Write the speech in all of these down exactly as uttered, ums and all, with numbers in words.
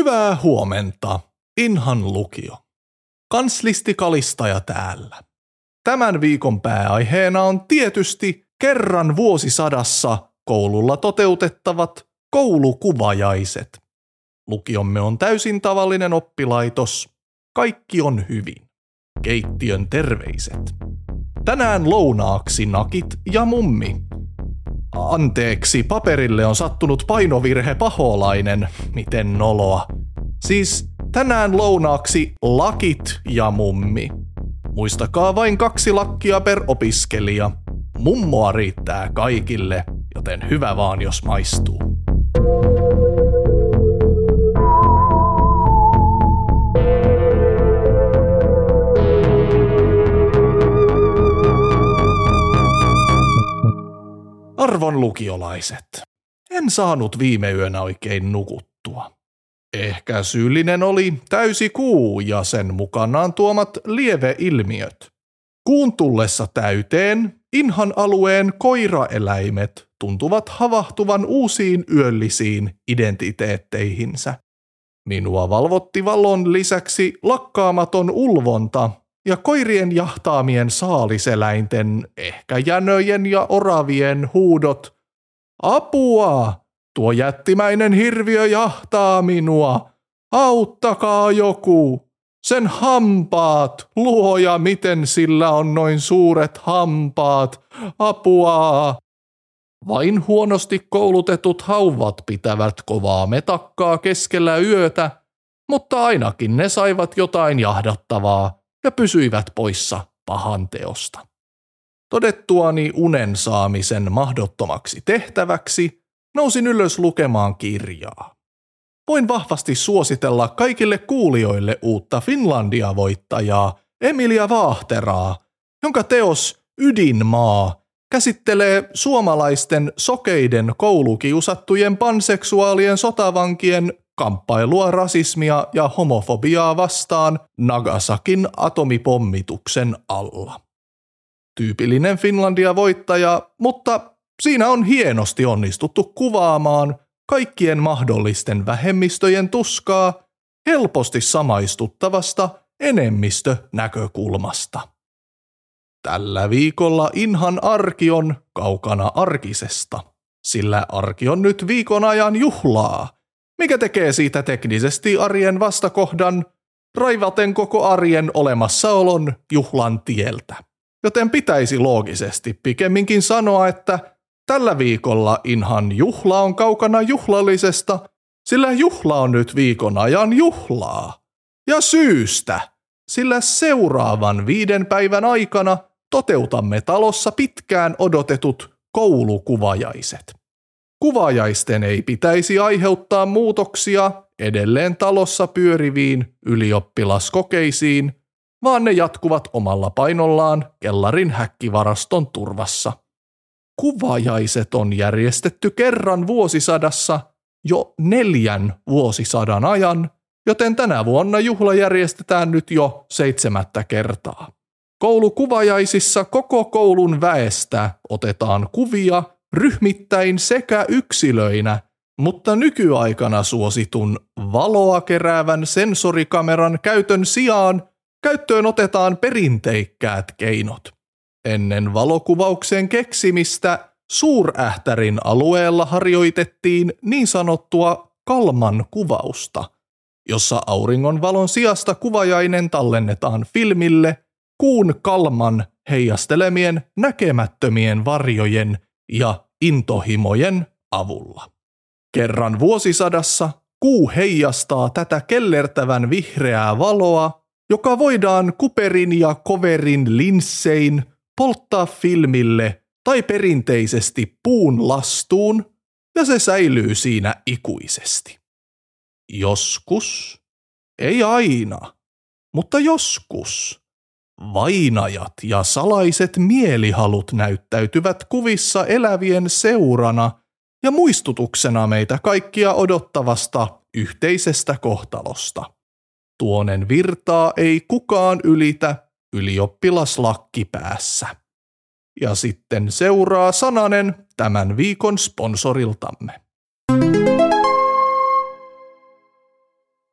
Hyvää huomenta, Inhan lukio. Kanslistikalistaja täällä. Tämän viikon pääaiheena on tietysti kerran vuosisadassa koululla toteutettavat koulukuvajaiset. Lukiomme on täysin tavallinen oppilaitos. Kaikki on hyvin. Keittiön terveiset. Tänään lounaaksi nakit ja mummi. Anteeksi, paperille on sattunut painovirhe paholainen. Miten noloa. Siis tänään lounaaksi lakit ja mummi. Muistakaa vain kaksi lakkia per opiskelija. Mummoa riittää kaikille, joten hyvä vaan jos maistuu. Arvon lukiolaiset, en saanut viime yönä oikein nukuttua. Ehkä syyllinen oli täysi kuu ja sen mukanaan tuomat lieveilmiöt. Kuun tullessa täyteen Inhan alueen koiraeläimet tuntuvat havahtuvan uusiin yöllisiin identiteetteihinsä. Minua valvotti valon lisäksi lakkaamaton ulvonta ja koirien jahtaamien saaliseläinten, ehkä jänöjen ja oravien huudot. Apua! Tuo jättimäinen hirviö jahtaa minua. Auttakaa joku! Sen hampaat! Luoja, miten sillä on noin suuret hampaat! Apua! Vain huonosti koulutetut hauvat pitävät kovaa metakkaa keskellä yötä, mutta ainakin ne saivat jotain jahdattavaa ja pysyivät poissa pahan teosta. Todettuani unen saamisen mahdottomaksi tehtäväksi, nousin ylös lukemaan kirjaa. Voin vahvasti suositella kaikille kuulijoille uutta Finlandia-voittajaa Emilia Vaahteraa, jonka teos Ydinmaa käsittelee suomalaisten sokeiden koulukiusattujen panseksuaalien sotavankien kamppailua rasismia ja homofobiaa vastaan Nagasakin atomipommituksen alla. Tyypillinen Finlandia-voittaja, mutta siinä on hienosti onnistuttu kuvaamaan kaikkien mahdollisten vähemmistöjen tuskaa helposti samaistuttavasta enemmistönäkökulmasta. Tällä viikolla Inhan arki on kaukana arkisesta, sillä arki on nyt viikon ajan juhlaa, mikä tekee siitä teknisesti arjen vastakohdan, raivaten koko arjen olemassaolon juhlan tieltä. Joten pitäisi loogisesti pikemminkin sanoa, että tällä viikolla Inhan juhla on kaukana juhlallisesta, sillä juhla on nyt viikon ajan juhlaa. Ja syystä, sillä seuraavan viiden päivän aikana toteutamme talossa pitkään odotetut koulukuvajaiset. Kuvajaisten ei pitäisi aiheuttaa muutoksia edelleen talossa pyöriviin ylioppilaskokeisiin, vaan ne jatkuvat omalla painollaan kellarin häkkivaraston turvassa. Kuvajaiset on järjestetty kerran vuosisadassa jo neljän vuosisadan ajan, joten tänä vuonna juhla järjestetään nyt jo seitsemättä kertaa. Koulukuvajaisissa koko koulun väestä otetaan kuvia ryhmittäin sekä yksilöinä, mutta nykyaikana suositun valoa keräävän sensorikameran käytön sijaan käyttöön otetaan perinteikkäät keinot. Ennen valokuvauksen keksimistä Suurähtärin alueella harjoitettiin niin sanottua kalman kuvausta, jossa auringon valon sijasta kuvajainen tallennetaan filmille kuun kalman heijastelemien näkemättömien varjojen ja intohimojen avulla. Kerran vuosisadassa kuu heijastaa tätä kellertävän vihreää valoa, joka voidaan Cooperin ja Coverin linssein polttaa filmille tai perinteisesti puun lastuun, ja se säilyy siinä ikuisesti. Joskus, ei aina, mutta joskus, vainajat ja salaiset mielihalut näyttäytyvät kuvissa elävien seurana ja muistutuksena meitä kaikkia odottavasta yhteisestä kohtalosta. Tuonen virtaa ei kukaan ylitä ylioppilaslakki päässä. Ja sitten seuraa sananen tämän viikon sponsoriltamme.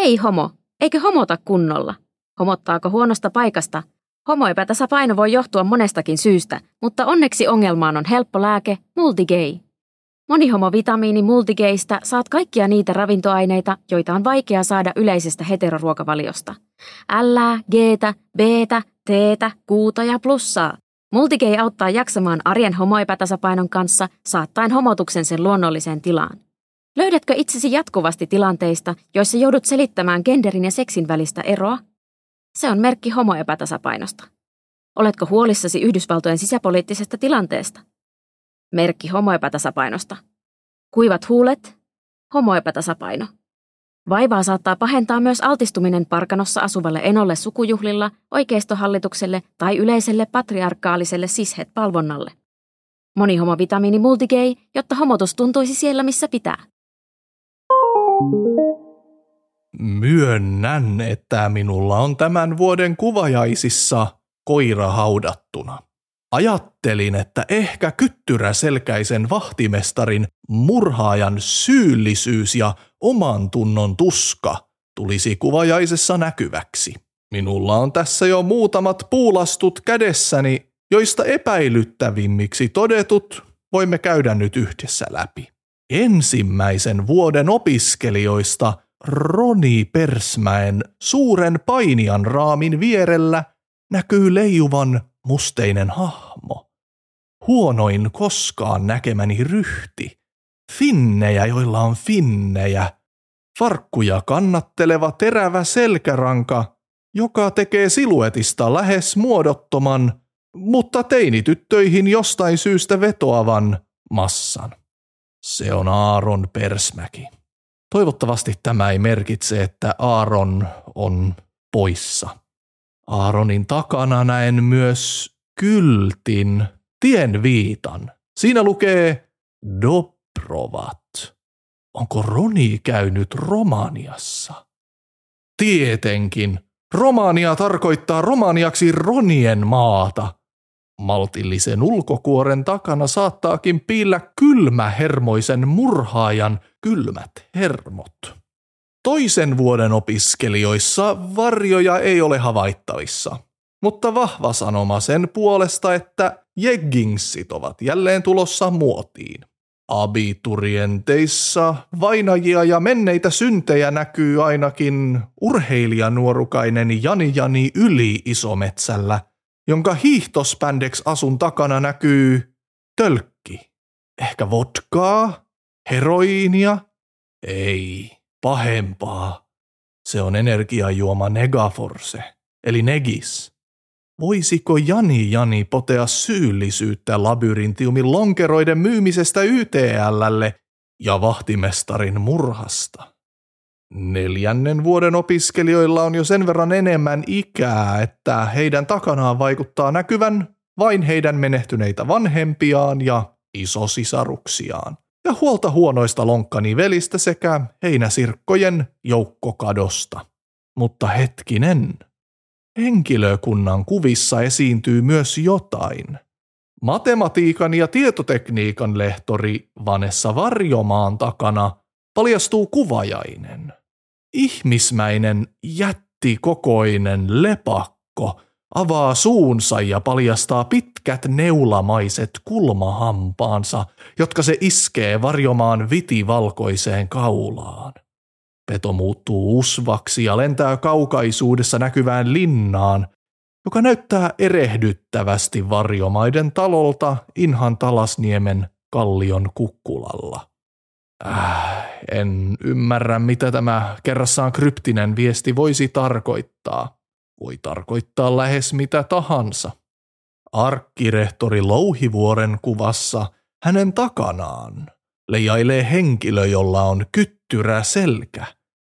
Hei homo, eikö homota kunnolla? Homottaako huonosta paikasta? Homoepätasapaino voi johtua monestakin syystä, mutta onneksi ongelmaan on helppo lääke Multigay. Monihomovitamiini Multigaysta saat kaikkia niitä ravintoaineita, joita on vaikea saada yleisestä heteroruokavaliosta. L, G:tä, B:tä, T:tä, Q:ta ja plussaa. Multigay auttaa jaksamaan arjen homoepätasapainon kanssa, saattaen homotuksen sen luonnolliseen tilaan. Löydätkö itsesi jatkuvasti tilanteista, joissa joudut selittämään genderin ja seksin välistä eroa? Se on merkki homoepätasapainosta. Oletko huolissasi Yhdysvaltojen sisäpoliittisesta tilanteesta? Merkki homoepätasapainosta. Kuivat huulet? Homoepätasapaino. Vaivaa saattaa pahentaa myös altistuminen Parkanossa asuvalle enolle sukujuhlilla, oikeistohallitukselle tai yleiselle patriarkaaliselle cishet-palvonnalle. Monihomovitamiini Multigay, jotta homotus tuntuisi siellä, missä pitää. Myönnän, että minulla on tämän vuoden kuvajaisissa koira haudattuna. Ajattelin, että ehkä kyttyräselkäisen vahtimestarin murhaajan syyllisyys ja oman tunnon tuska tulisi kuvajaisessa näkyväksi. Minulla on tässä jo muutamat puulastut kädessäni, joista epäilyttävimmiksi todetut voimme käydä nyt yhdessä läpi. Ensimmäisen vuoden opiskelijoista Roni Persmäen suuren painijan raamin vierellä näkyy leijuvan musteinen hahmo. Huonoin koskaan näkemäni ryhti. Finnejä, joilla on finnejä. Farkkuja kannatteleva terävä selkäranka, joka tekee siluetista lähes muodottoman, mutta teinityttöihin jostain syystä vetoavan massan. Se on Aaron Persmäki. Toivottavasti tämä ei merkitse, että Aaron on poissa. Aaronin takana näen myös kyltin, tienviitan. Siinä lukee Dobrovat. Onko Roni käynyt Romaniassa? Tietenkin. Romania tarkoittaa romaniaksi Ronien maata. Maltillisen ulkokuoren takana saattaakin piillä kylmähermoisen murhaajan kylmät hermot. Toisen vuoden opiskelijoissa varjoja ei ole havaittavissa, mutta vahva sanoma sen puolesta, että jeggingsit ovat jälleen tulossa muotiin. Abiturienteissa vainajia ja menneitä syntejä näkyy ainakin urheilijanuorukainen Jani Jani Yli-Isometsällä, jonka hiihtospandex-asun takana näkyy tölkki. Ehkä vodkaa? Heroiinia? Ei, pahempaa. Se on energiajuoma Negaforce, eli Negis. Voisiko Jani Jani potea syyllisyyttä labyrintiumin lonkeroiden myymisestä Y T L:lle ja vahtimestarin murhasta? Neljännen vuoden opiskelijoilla on jo sen verran enemmän ikää, että heidän takanaan vaikuttaa näkyvän vain heidän menehtyneitä vanhempiaan ja isosisaruksiaan, ja huolta huonoista lonkkanivelistä sekä heinäsirkkojen joukkokadosta. Mutta hetkinen, henkilökunnan kuvissa esiintyy myös jotain. Matematiikan ja tietotekniikan lehtori Vanessa Varjomaan takana paljastuu kuvajainen. Ihmismäinen jättikokoinen lepakko avaa suunsa ja paljastaa pitkät neulamaiset kulmahampaansa, jotka se iskee Varjomaan vitivalkoiseen kaulaan. Peto muuttuu usvaksi ja lentää kaukaisuudessa näkyvään linnaan, joka näyttää erehdyttävästi Varjomaiden talolta Inhan Talasniemen kallion kukkulalla. Äh, en ymmärrä, mitä tämä kerrassaan kryptinen viesti voisi tarkoittaa. Voi tarkoittaa lähes mitä tahansa. Arkkirehtori Louhivuoren kuvassa hänen takanaan leijailee henkilö, jolla on kyttyrä selkä.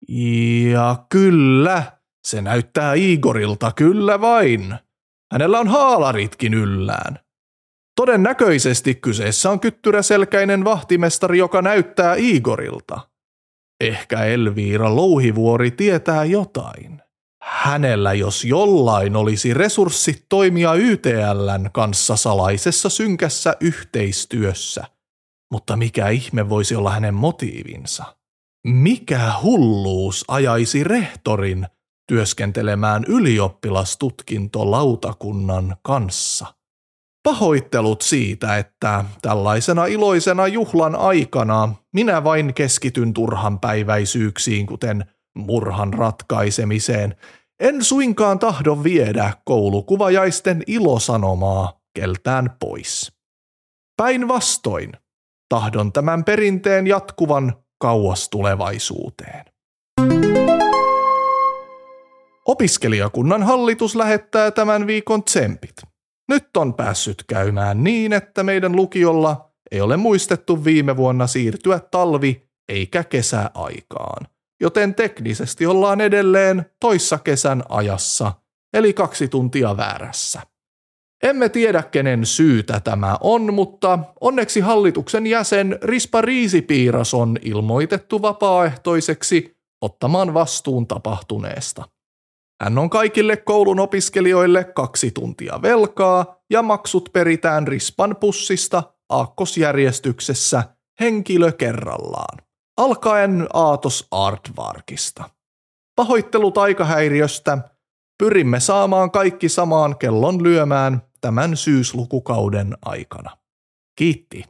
Ja kyllä, se näyttää Igorilta, kyllä vain. Hänellä on haalaritkin yllään. Todennäköisesti kyseessä on kyttyräselkäinen vahtimestari, joka näyttää Igorilta. Ehkä Elviira Louhivuori tietää jotain. Hänellä jos jollain olisi resurssit toimia Y T L:n kanssa salaisessa synkässä yhteistyössä. Mutta mikä ihme voisi olla hänen motiivinsa? Mikä hulluus ajaisi rehtorin työskentelemään ylioppilastutkintolautakunnan kanssa? Pahoittelut siitä, että tällaisena iloisena juhlan aikana minä vain keskityn turhanpäiväisyyksiin, kuten murhan ratkaisemiseen. En suinkaan tahdo viedä koulukuvajaisten ilosanomaa keltään pois. Päinvastoin tahdon tämän perinteen jatkuvan kauas tulevaisuuteen. Opiskelijakunnan hallitus lähettää tämän viikon tsempit. Nyt on päässyt käymään niin, että meidän lukiolla ei ole muistettu viime vuonna siirtyä talvi- eikä kesäaikaan, joten teknisesti ollaan edelleen toissa kesän ajassa, eli kaksi tuntia väärässä. Emme tiedä, kenen syytä tämä on, mutta onneksi hallituksen jäsen Rispa Riisipiiras on ilmoitettu vapaaehtoiseksi ottamaan vastuun tapahtuneesta. Hän on kaikille koulun opiskelijoille kaksi tuntia velkaa ja maksut peritään Rispan pussista aakkosjärjestyksessä henkilö kerrallaan, alkaen Aatos Aardvarkista. Pahoittelut aikahäiriöstä, pyrimme saamaan kaikki samaan kellon lyömään tämän syyslukukauden aikana. Kiitti.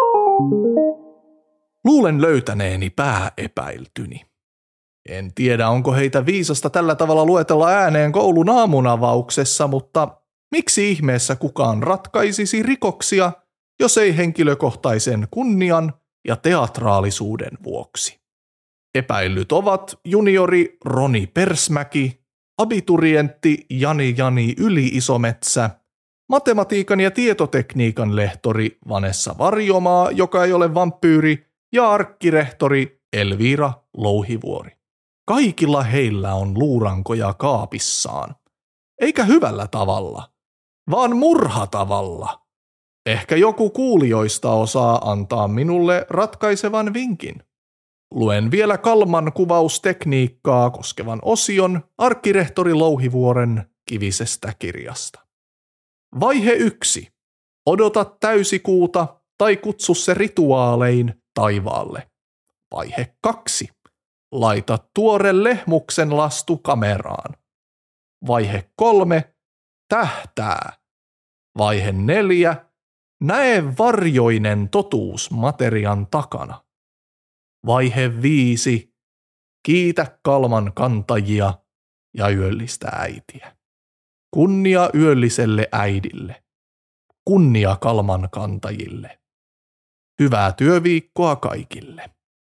Luulen löytäneeni pääepäiltyni. En tiedä, onko heitä viisasta tällä tavalla luetella ääneen koulun aamunavauksessa, mutta miksi ihmeessä kukaan ratkaisisi rikoksia, jos ei henkilökohtaisen kunnian ja teatraalisuuden vuoksi? Epäillyt ovat juniori Roni Persmäki, abiturientti Jani Jani Yli-Isometsä, matematiikan ja tietotekniikan lehtori Vanessa Varjomaa, joka ei ole vampyyri, ja arkkirehtori Elviira Louhivuori. Kaikilla heillä on luurankoja kaapissaan. Eikä hyvällä tavalla, vaan murhatavalla. Ehkä joku kuulijoista osaa antaa minulle ratkaisevan vinkin. Luen vielä Kalman kuvaustekniikkaa koskevan osion arkkirehtori Louhivuoren kivisestä kirjasta. Vaihe yksi. Odota täysikuuta tai kutsu se rituaalein taivaalle. Vaihe kaksi. Laita tuore lehmuksen lastu kameraan. Vaihe kolme. Tähtää. Vaihe neljä. Näe varjoinen totuus materian takana. Vaihe viisi. Kiitä Kalman kantajia ja yöllistä äitiä. Kunnia yölliselle äidille. Kunnia Kalman kantajille. Hyvää työviikkoa kaikille.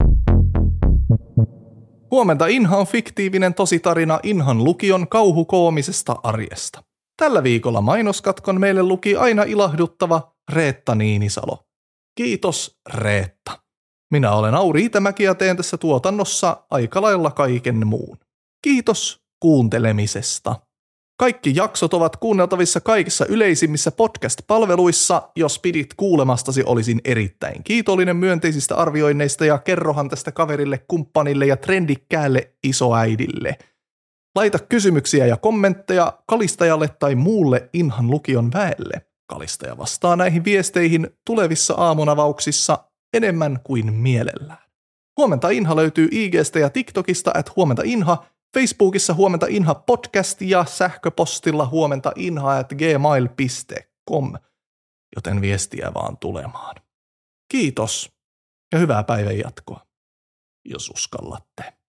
Huomenta Inha on fiktiivinen tositarina Inhan lukion kauhukoomisesta arjesta. Tällä viikolla mainoskatkon meille luki aina ilahduttava Reetta Niinisalo. Kiitos Reetta. Minä olen Auri Itämäki ja teen tässä tuotannossa aika lailla kaiken muun. Kiitos kuuntelemisesta. Kaikki jaksot ovat kuunneltavissa kaikissa yleisimmissä podcast-palveluissa. Jos pidit kuulemastasi, olisin erittäin kiitollinen myönteisistä arvioinneista ja kerrohan tästä kaverille, kumppanille ja trendikkäälle isoäidille. Laita kysymyksiä ja kommentteja Kalistajalle tai muulle Inhan lukion väelle. Kalistaja vastaa näihin viesteihin tulevissa aamunavauksissa enemmän kuin mielellään. Huomenta Inha löytyy I G:stä ja TikTokista at huomenta Inha, Facebookissa huomenta Inha podcast ja sähköpostilla huomenta inha at gmail piste com, joten viestiä vaan tulemaan. Kiitos ja hyvää päivän jatkoa, jos uskallatte.